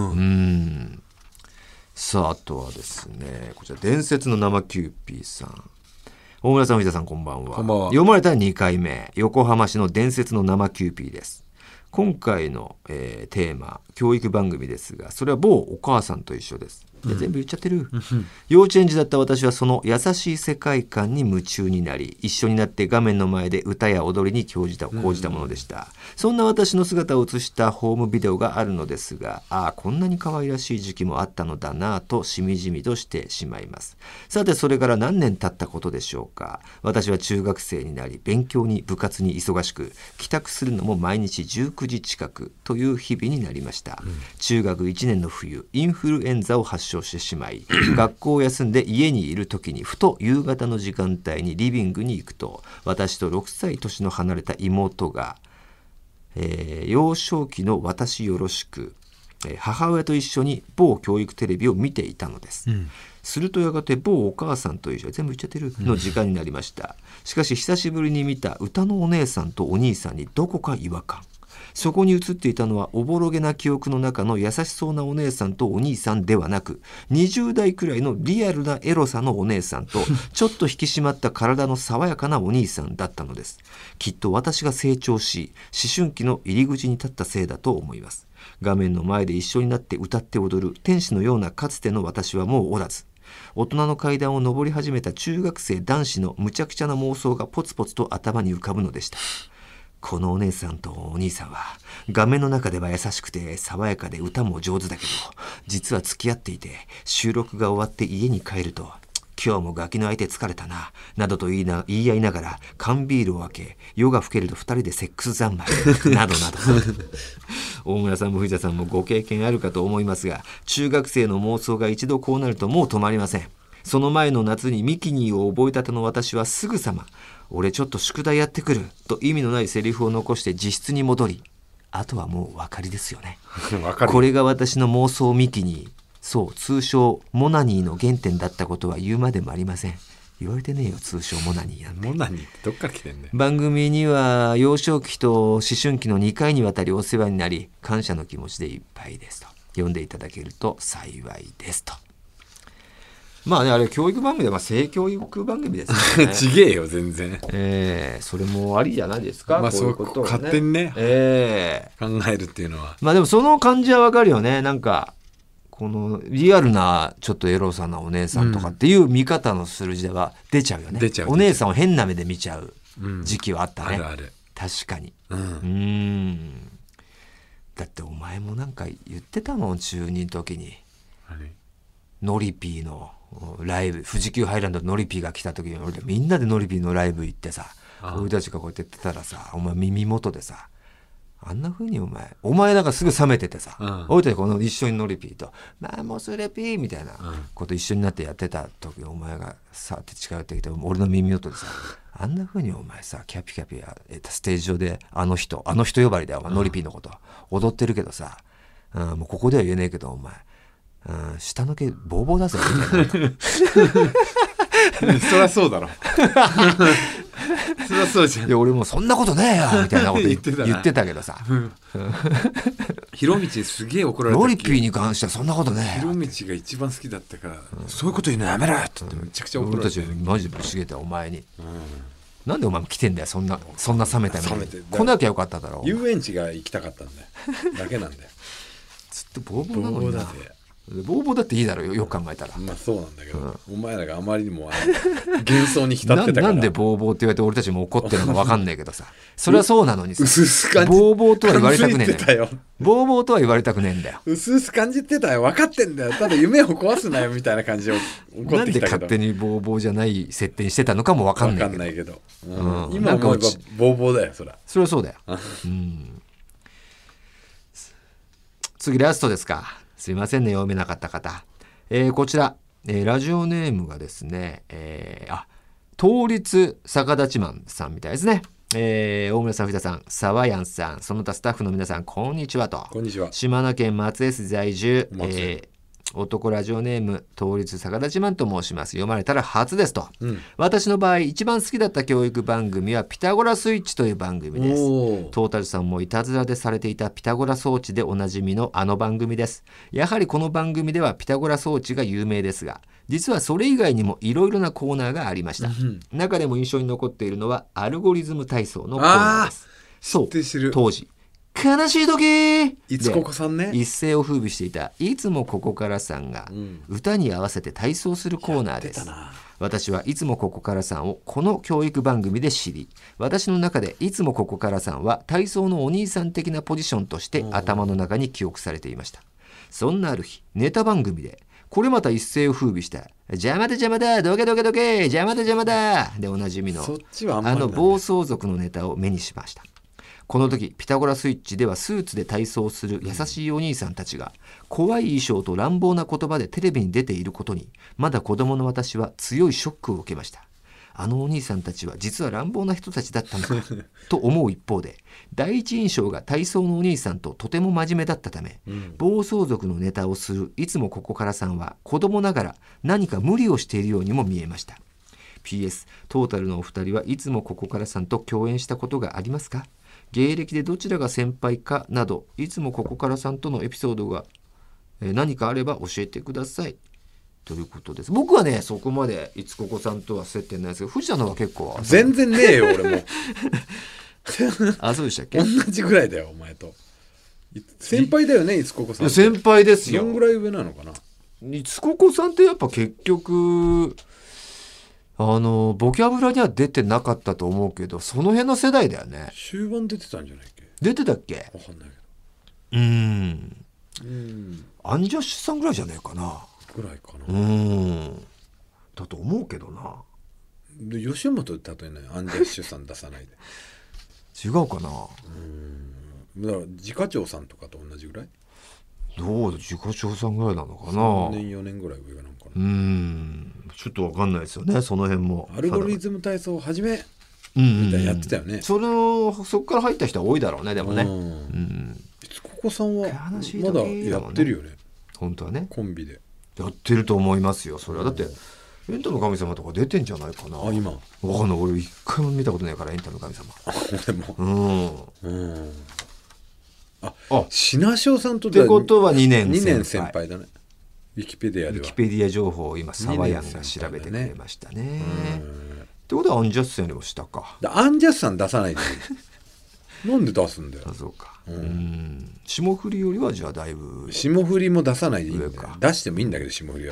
さああとはですね、こちら伝説の生キューピーさん、大村さん藤田さんこんばんは。読まれた2回目、横浜市の伝説の生キューピーです。今回の、テーマ教育番組ですが、それは某お母さんと一緒です。全部言っちゃってる。幼稚園児だった私はその優しい世界観に夢中になり、一緒になって画面の前で歌や踊りに講じたものでした。そんな私の姿を映したホームビデオがあるのですが、こんなに可愛らしい時期もあったのだなぁとしみじみとしてしまいます。さてそれから何年経ったことでしょうか。私は中学生になり、勉強に部活に忙しく、帰宅するのも毎日19時近くという日々になりました。中学1年の冬、インフルエンザを発症してしまい、学校を休んで家にいる時にふと夕方の時間帯にリビングに行くと、私と6歳年の離れた妹が、幼少期の私よろしく、母親と一緒に某教育テレビを見ていたのです、するとやがて某お母さんと一緒、全部言っちゃってるの時間になりました。しかし久しぶりに見た歌のお姉さんとお兄さんにどこか違和感。そこに映っていたのはおぼろげな記憶の中の優しそうなお姉さんとお兄さんではなく、20代くらいのリアルなエロさのお姉さんとちょっと引き締まった体の爽やかなお兄さんだったのです。きっと私が成長し思春期の入り口に立ったせいだと思います。画面の前で一緒になって歌って踊る天使のようなかつての私はもうおらず、大人の階段を上り始めた中学生男子のむちゃくちゃな妄想がポツポツと頭に浮かぶのでした。このお姉さんとお兄さんは画面の中では優しくて爽やかで歌も上手だけど、実は付き合っていて、収録が終わって家に帰ると、今日もガキの相手疲れたななどと言い合いながら缶ビールを開け、夜が更けると2人でセックス三昧などなど大村さんも藤田さんもご経験あるかと思いますが、中学生の妄想が一度こうなるともう止まりません。その前の夏にミキニーを覚えたての私はすぐさま、俺ちょっと宿題やってくると意味のないセリフを残して自室に戻り、あとはもうお分かりですよねこれが私の妄想ミキニー、そう通称モナニーの原点だったことは言うまでもありません。言われてねえよ、通称モナニーなんて。 モナニーってどっから来てんねん。 番組には幼少期と思春期の2回にわたりお世話になり、感謝の気持ちでいっぱいですと。読んでいただけると幸いですと。 まあね、あれ教育番組で、性教育番組ですからねちげえよ全然。 それもありじゃないですか、こういうことを、ね、 勝手にね、考えるっていうのは。 でもその感じはわかるよね。なんかこのリアルなちょっとエロさなお姉さんとかっていう見方のする時代は出ちゃうよね。お姉さんを変な目で見ちゃう時期はあったね、 あるある。 確かに。だってお前もなんか言ってたもん、中2の時に。ノリピーのライブ、富士急ハイランドノリピーが来た時に俺みんなでノリピーのライブ行ってさ、俺たちがこうやって言ってたらさ、お前耳元でさ、あんな風にお前なんかすぐ冷めててさ、俺たちこの一緒にノリピーとマンモスレピーみたいなこと一緒になってやってた時、お前がさって近寄ってきて俺の耳元でさ、あんな風にお前さキャピキャピステージ上であの人呼ばれだよ、ノリピーのこと踊ってるけどさ、もうここでは言えねえけどお前、下の毛ボーボーだぜみたいなそりゃそうだろそりゃそうじゃん。 いや俺もそんなことねえよみたいなこと言ってたけどさヒロミチすげえ怒られた。 ノリピーに関してはそんなことねえよ。 ヒロミチが一番好きだったから、そういうこと言うのやめろって言ってめちゃくちゃ怒られて、 俺たちマジでぶちげたお前に、なんでお前も来てんだよ、そんな冷めた目で来なきゃよかっただろう。 遊園地が行きたかったんだよだけなんだよずっとボーボーなのにな。 ボーボーだぜ。 ボーボーだっていいだろうよく考えたら。 そうなんだけど、お前らがあまりにも幻想に浸ってたからなんでボーボーって言われて俺たちも怒ってるのか分かんないけどさそれはそうなのにさ、 薄々感じボーボーとは言われたくねえんだよ。 ボーボーとは言われたくねえんだよ。 薄々感じてたよ、分かってんだよ、ただ夢を壊すなよみたいな感じを怒ってきたけど、 なんで勝手にボーボーじゃない設定にしてたのかも分かんないけど、 今思えばボーボーだよそれはそうだよ次ラストですか。すいませんね、読めなかった方、こちら、ラジオネームがですね、東立逆立ちマンさんみたいですね。大村さん、藤田さん、沢やんさん、その他スタッフの皆さん、こんにちはと。 こんにちは。 島根県松江市在住、男ラジオネーム東立逆立ちマンと申します。読まれたら初ですと、私の場合一番好きだった教育番組はピタゴラスイッチという番組です。トータルさんもいたずらでされていたピタゴラ装置でおなじみのあの番組です。やはりこの番組ではピタゴラ装置が有名ですが、実はそれ以外にもいろいろなコーナーがありました。中でも印象に残っているのはアルゴリズム体操のコーナーです。そう当時悲しい時いつここさんね、 一世を風靡していたいつもここからさんが歌に合わせて体操するコーナーです。私はいつもここからさんをこの教育番組で知り、私の中でいつもここからさんは体操のお兄さん的なポジションとして頭の中に記憶されていました。そんなある日、ネタ番組でこれまた一世を風靡した邪魔だ邪魔だどけどけどけ邪魔だ邪魔だでおなじみのあの暴走族のネタを目にしました。この時ピタゴラスイッチではスーツで体操する優しいお兄さんたちが怖い衣装と乱暴な言葉でテレビに出ていることに、まだ子供の私は強いショックを受けました。あのお兄さんたちは実は乱暴な人たちだったのかと思う一方で、第一印象が体操のお兄さんととても真面目だったため、暴走族のネタをするいつもここからさんは子供ながら何か無理をしているようにも見えました。 PS トータルのお二人はいつもここからさんと共演したことがありますか？芸歴でどちらが先輩かなど、いつもここからさんとのエピソードが何かあれば教えてくださいということです。僕はねそこまでいつここさんとは接点ないですけど、藤田のは結構全然ねえよ俺もあ、そうでしたっけ？ 同じぐらいだよお前と。先輩だよねいつここさん。 先輩ですよ。 どんぐらい上なのかな。 いつここさんってやっぱ結局ボキャブラには出てなかったと思うけど、その辺の世代だよね。 終盤出てたんじゃないっけ？ 出てたっけ？ 分かんないけど。アンジャッシュさんぐらいじゃねえかな。 ぐらいかな。 だと思うけどな。 で吉本で例えないアンジャッシュさん出さないで違うかな。 だから自家長さんとかと同じぐらい。 どうだ、自家長さんぐらいなのかな。 3年4年ぐらい上なのかな。 ちょっと分かんないですよね、その辺も。 アルゴリズム体操を始めみたいなやってたよね。 そこから入った人は多いだろうね。でもね、 ここさんはまだやってるよね。 本当はね、 コンビでやってると思いますよ。それはだってエンタの神様とか出てんじゃないかな。 今分かんない、俺一回も見たことないからエンタの神様。 品庄さんとってことは2年先輩だね。 ウィキペディアではウィキペディア情報を今サワヤンが調べてくれましたね。情報を今サワヤンが調べてくれましたね。ってことはアンジャッサンよりも下か。 アンジャッサン出さないでなんで出すんだよ。 あ、そうか。霜降りよりはじゃあだいぶ。 霜降りも出さないでいいんだよ。出してもいいんだけど霜降りは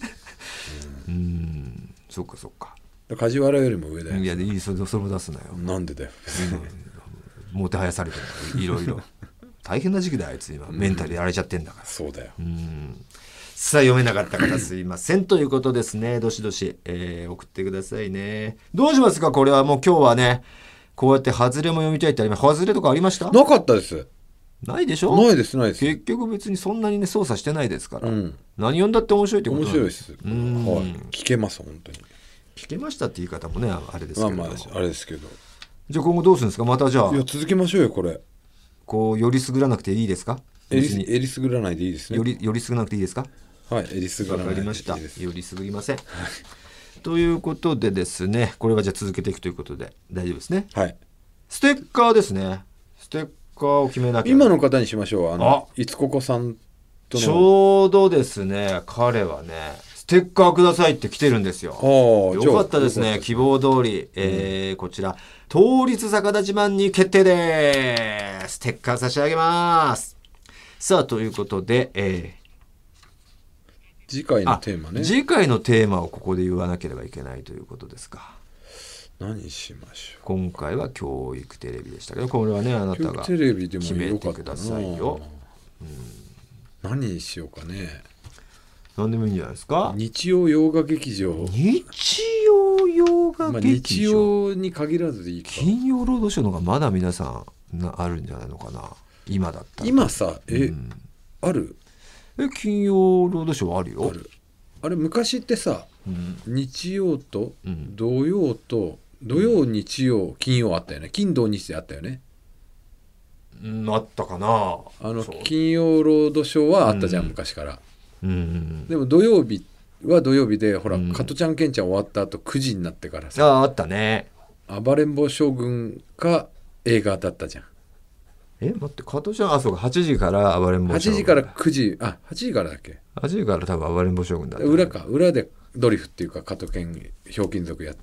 そうかそうか。 梶原よりも上だよ。 いや、いい、それも出すなよ。 なんでだよ。 もてはやされてる、いろいろ大変な時期だ、あいつ今メンタルやられちゃってんだから。 そうだよ。 さあ、読めなかった方すいませんということですね。どしどし、送ってくださいね。どうしますか、これは。もう今日はね、こうやって外れも読みたいってあります。外れとかありました？ なかったです。 ないでしょ。 ないですないです。 結局別にそんなにね操作してないですから、何読んだって面白いってことなんで。 面白いです。はい、聞けます。本当に聞けましたって言い方もねあれですけど、 まああれですけど。 じゃあ今後どうするんですか。またじゃあ、 いや続けましょうよ。これこうよりすぐらなくていいですか。 えりすぐらないでいいですね。 よりすぐらなくていいですか。 はい、えりすぐらないでいいです。 わかりました。よりすぐりません、ということでですね、これはじゃあ続けていくということで大丈夫ですね。 はい。 ステッカーですね。ステッカーを決めなきゃ。 今の方にしましょう。いつここさんとのちょうどですね、彼はねステッカーくださいって来てるんですよ。よかったですね。希望通り、こちら東立坂田自慢に決定です。ステッカー差し上げます。さあ、ということで、 次回のテーマね。 次回のテーマをここで言わなければいけないということですか。 何しましょう。 今回は教育テレビでしたけど、これはねあなたが決めてくださいよ。 何しようかね。 何でもいいんじゃないですか。 日曜洋画劇場。 日曜洋画劇場、 日曜に限らずでいいか。 金曜ロードショーの方がまだ皆さんあるんじゃないのかな。今だったら今さある？ 金曜ロードショーあるよ。 あれ昔ってさ、日曜と土曜と土曜日曜金曜あったよね。金土日であったよね。 あったかな。 金曜ロードショーはあったじゃん、昔から。でも土曜日は土曜日で、ほら、加トちゃんケンちゃん終わった後9時になってからさ、 あったね。 暴れん坊将軍か映画だったじゃん。 待って、加トちゃん、そうか、8時から暴れん坊将軍。 8時から9時、8時からだっけ。 8時から多分暴れん坊将軍だった。 裏でドリフっていうか加トケンひょうきん族やって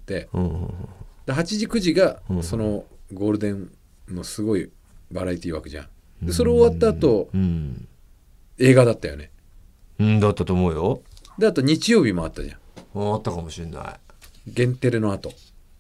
、8時9時がそのゴールデンのすごいバラエティー枠じゃん。でそれ終わった後、映画だったよね。 だったと思うよ。 であと日曜日もあったじゃん。 あったかもしれない。 限テレの後。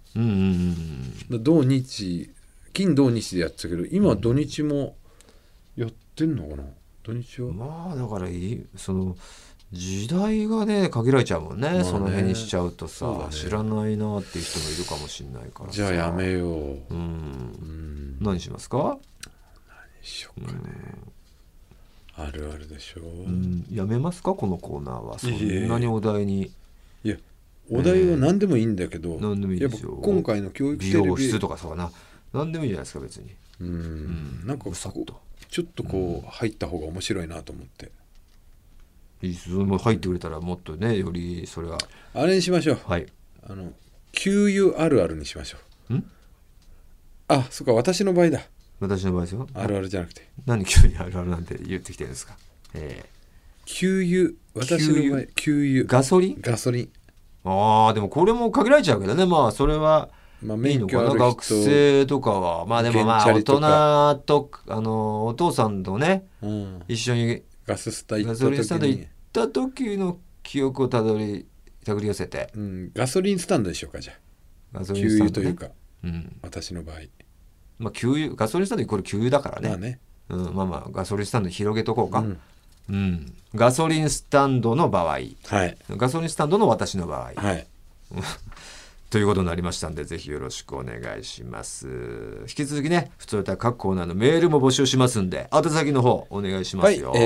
土日金土日でやってたけど、今土日もやってんのかな。土日はまあだからその時代がね限られちゃうもんね。その辺にしちゃうとさ、知らないなっていう人もいるかもしれないからさ。 じゃあやめよう。 何しますか。 何しようかね。あるあるでしょ。 やめますかこのコーナーは。そんなにお題に。 いやお題は何でもいいんだけど、 何でもいいですよ。 やっぱ今回の教育テレビ、 美容室とかさな、何でもいいじゃないですか別に。 なんかちょっとこう入った方が面白いなと思って。 いいです。入ってくれたらもっとね、よりそれはあれにしましょう。 はい。 給油あるあるにしましょう。そっか、私の場合だ。 私の場合ですよ。 あるあるじゃなくて。 何急にあるあるなんて言ってきてるんですか。 給油、私の場合給油。 ガソリン。 でもこれも限られちゃうけどね。まあそれは。 免許ある人、 学生とかはでも大人とお父さんとね、一緒にガソリンスタンド行った時の記憶を手繰り寄せて、 ガソリンスタンドでしょうか。じゃあ給油というか、私の場合、 ガソリンスタンドイコール給油だからね。ガソリンスタンド広げとこうか。ガソリンスタンドの場合、ガソリンスタンドの私の場合、ということになりましたんで、ぜひよろしくお願いします。引き続きね、普通歌各コーナーのメールも募集しますんで、宛先の方お願いしますよ。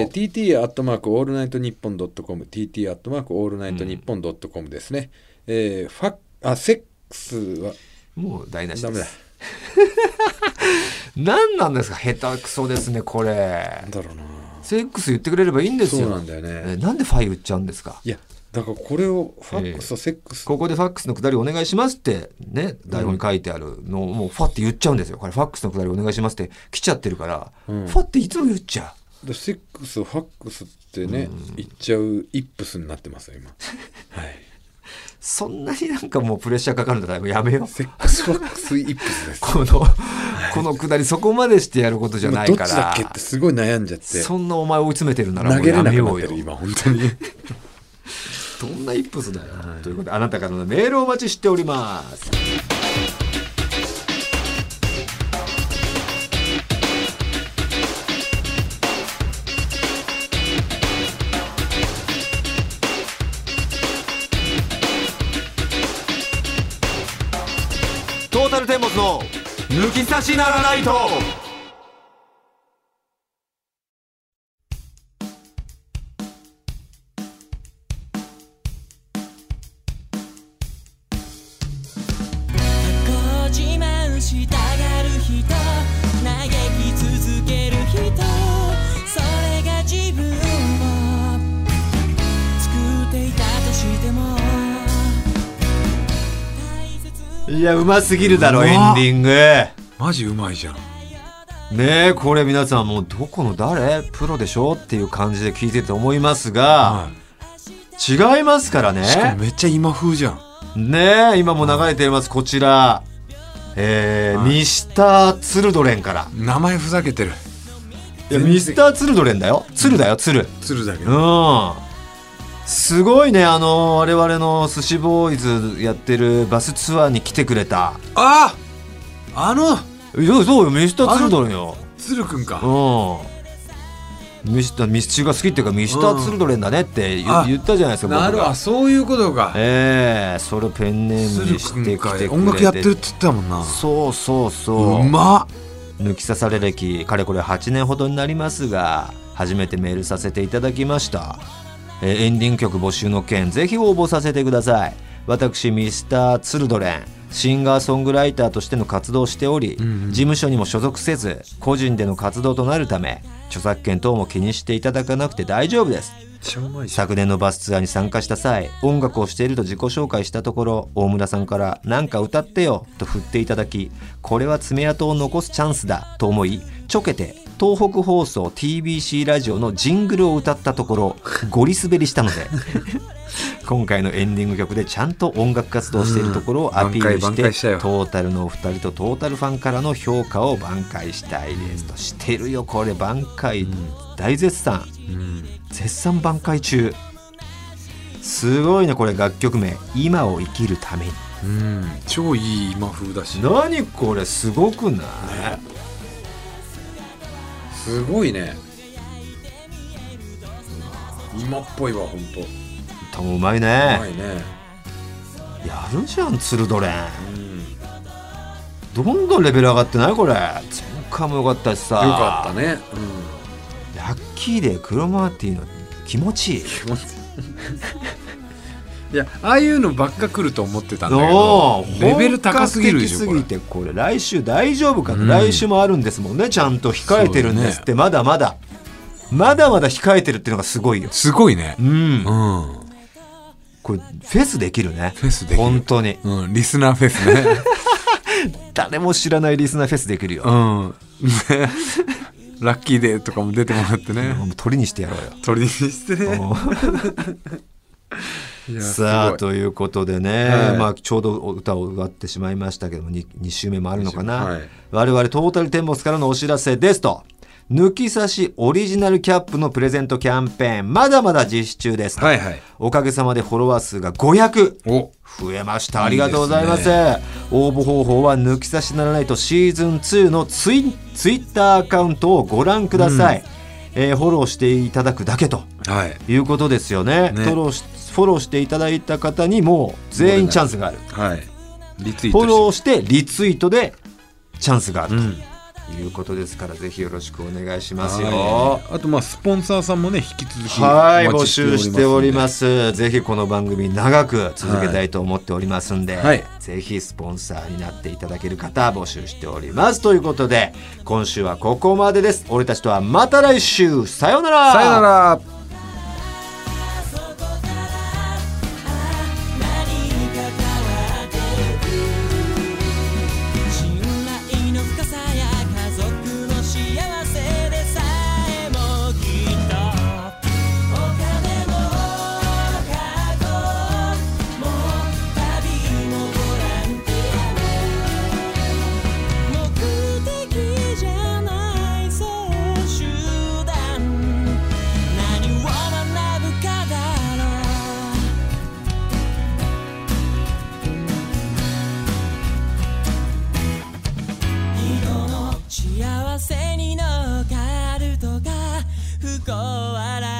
tt@allnightnippon.com、tt@allnightnippon.com ですね。セックスはもう台無しです。 ダメだ。 何なんですか、下手くそですねこれ。 なんだろうな。 セックス言ってくれればいいんですよ。 そうなんだよね。 なんでファイ言っちゃうんですか。 いやだからこれをファックスとセックス、 ここでファックスのくだりお願いしますってね、台本に書いてあるのをもうファって言っちゃうんですよ。これファックスのくだりお願いしますって来ちゃってるから、ファっていつも言っちゃう。 セックスファックスってね、言っちゃうイップスになってますよ今はいそんなになんかもうプレッシャーかかるんだったらやめよう。 セックスファックスイップスですこのくだりそこまでしてやることじゃないから、 どっちだっけってすごい悩んじゃって、 そんなお前追い詰めてるならも投げれうやめなくなってようよ。 る今本当にどんなイップスだよ、ということであなたからのメールをお待ちしております。トータルテンボスの抜き差しならないと。 自慢したがる人、嘆き続ける人、それが自分を作っていたとしても、 いやうますぎるだろエンディング。 マジうまいじゃんねえこれ皆さんもうどこの誰プロでしょっていう感じで聞いてると思いますが、 は違いますからね。 しかもめっちゃ今風じゃんねえ今も流れていますこちら、ミスター・ツルドレンから。 名前ふざけてる。 いやミスター・ツルドレンだよ。ツルだよツル。 ツルだけどすごいね我々の寿司ボーイズやってるバスツアーに来てくれた。そうよミスター・ツルドレンよ。 ツルくんか。 ミスチルが好きっていうかミスター・ツルドレンだねって言ったじゃないですか。 なるほどそういうことか。 それをペンネームにしてきてくれて、 音楽やってるって言ったもんな。 そううまっ。 抜き差され歴かれこれ8年ほどになりますが初めてメールさせていただきました。エンディング曲募集の件ぜひ応募させてください。私ミスター・ツルドレンシンガーソングライターとしての活動をしており、事務所にも所属せず個人での活動となるため著作権等も気にしていただかなくて大丈夫です。昨年のバスツアーに参加した際音楽をしていると自己紹介したところ大村さんからなんか歌ってよと振っていただき、これは爪痕を残すチャンスだと思いちょけて東北放送 TBC ラジオのジングルを歌ったところゴリ滑りしたので今回のエンディング曲でちゃんと音楽活動しているところをアピールしてトータルのお二人とトータルファンからの評価を挽回したいですとしてるよ。これ挽回大絶賛、絶賛挽回中。すごいねこれ楽曲名今を生きるために。 超いい今風だし。 何これすごくない？ すごいね。今っぽいわ本当。 歌もうまいね。 うまいね。 やるじゃんツルドレン、どんどんレベル上がってないこれ。前回も良かったしさ。 よかったね。 ラッキーでクロマーティの気持ちいい。 いやああいうのばっか来ると思ってたんだけどレベル高すぎるでしょ。 本格的すぎてこれ来週大丈夫かな、来週もあるんですもんね。ちゃんと控えてるんですって、まだまだ控えてるっていうのがすごいよ。 すごいね。 これフェスできるね。 フェスできる本当に、 リスナーフェスね誰も知らないリスナーフェスできるよ。 ラッキーデーとかも出てもらってね。 もう鳥にしてやろうよ。 鳥にしてねさあということでね、ちょうど歌を歌ってしまいましたけども 2週目もあるのかな、我々トータルテンボスからのお知らせですと。抜き差しオリジナルキャップのプレゼントキャンペーンまだまだ実施中です、おかげさまでフォロワー数が500増えました。ありがとうございます。応募方法は抜き差しならないとシーズン2のツイッターアカウントをご覧ください、フォローしていただくだけと、いうことですよね。フォローしていただいた方にもう全員チャンスがある、 リツイートフォローしてリツイートでチャンスがあるということですから、ぜひよろしくお願いしますよ。 あとスポンサーさんもね引き続き募集しております。ぜひこの番組長く続けたいと思っておりますんで、ぜひスポンサーになっていただける方募集しておりますということで、今週はここまでです。俺たちとはまた来週、さようなら。 さようなら。 信頼の深さや家族の幸せでさえも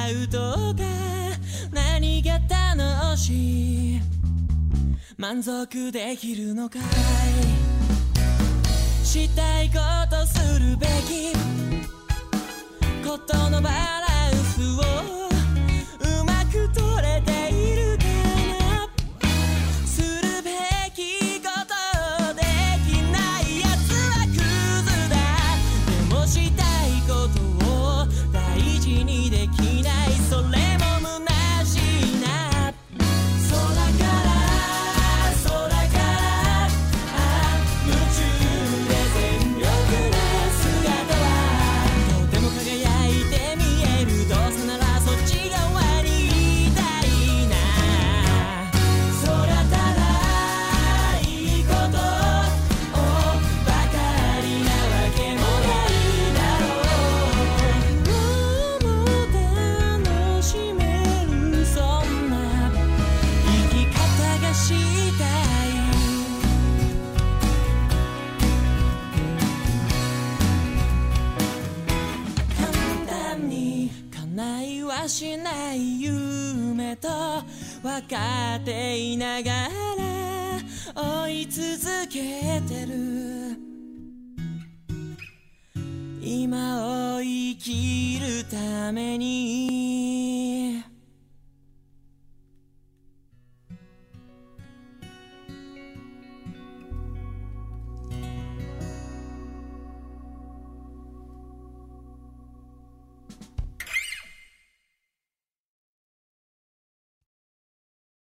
うとか何が楽しい満足できるのかいしたいことするべきことのバランスをうまく取れているかなするべきことできないやつはクズだでもしたいことを大事にできないそれも虚しいな空から夢中で全力な姿はとても輝いて見えるどうせならそっち側にいたいなそりゃただいいことをばかりなわけもないだろうもう楽しめるそんな生き方がしたい簡単に叶いはしない夢と分かっていながら追い続けてる今を生きるために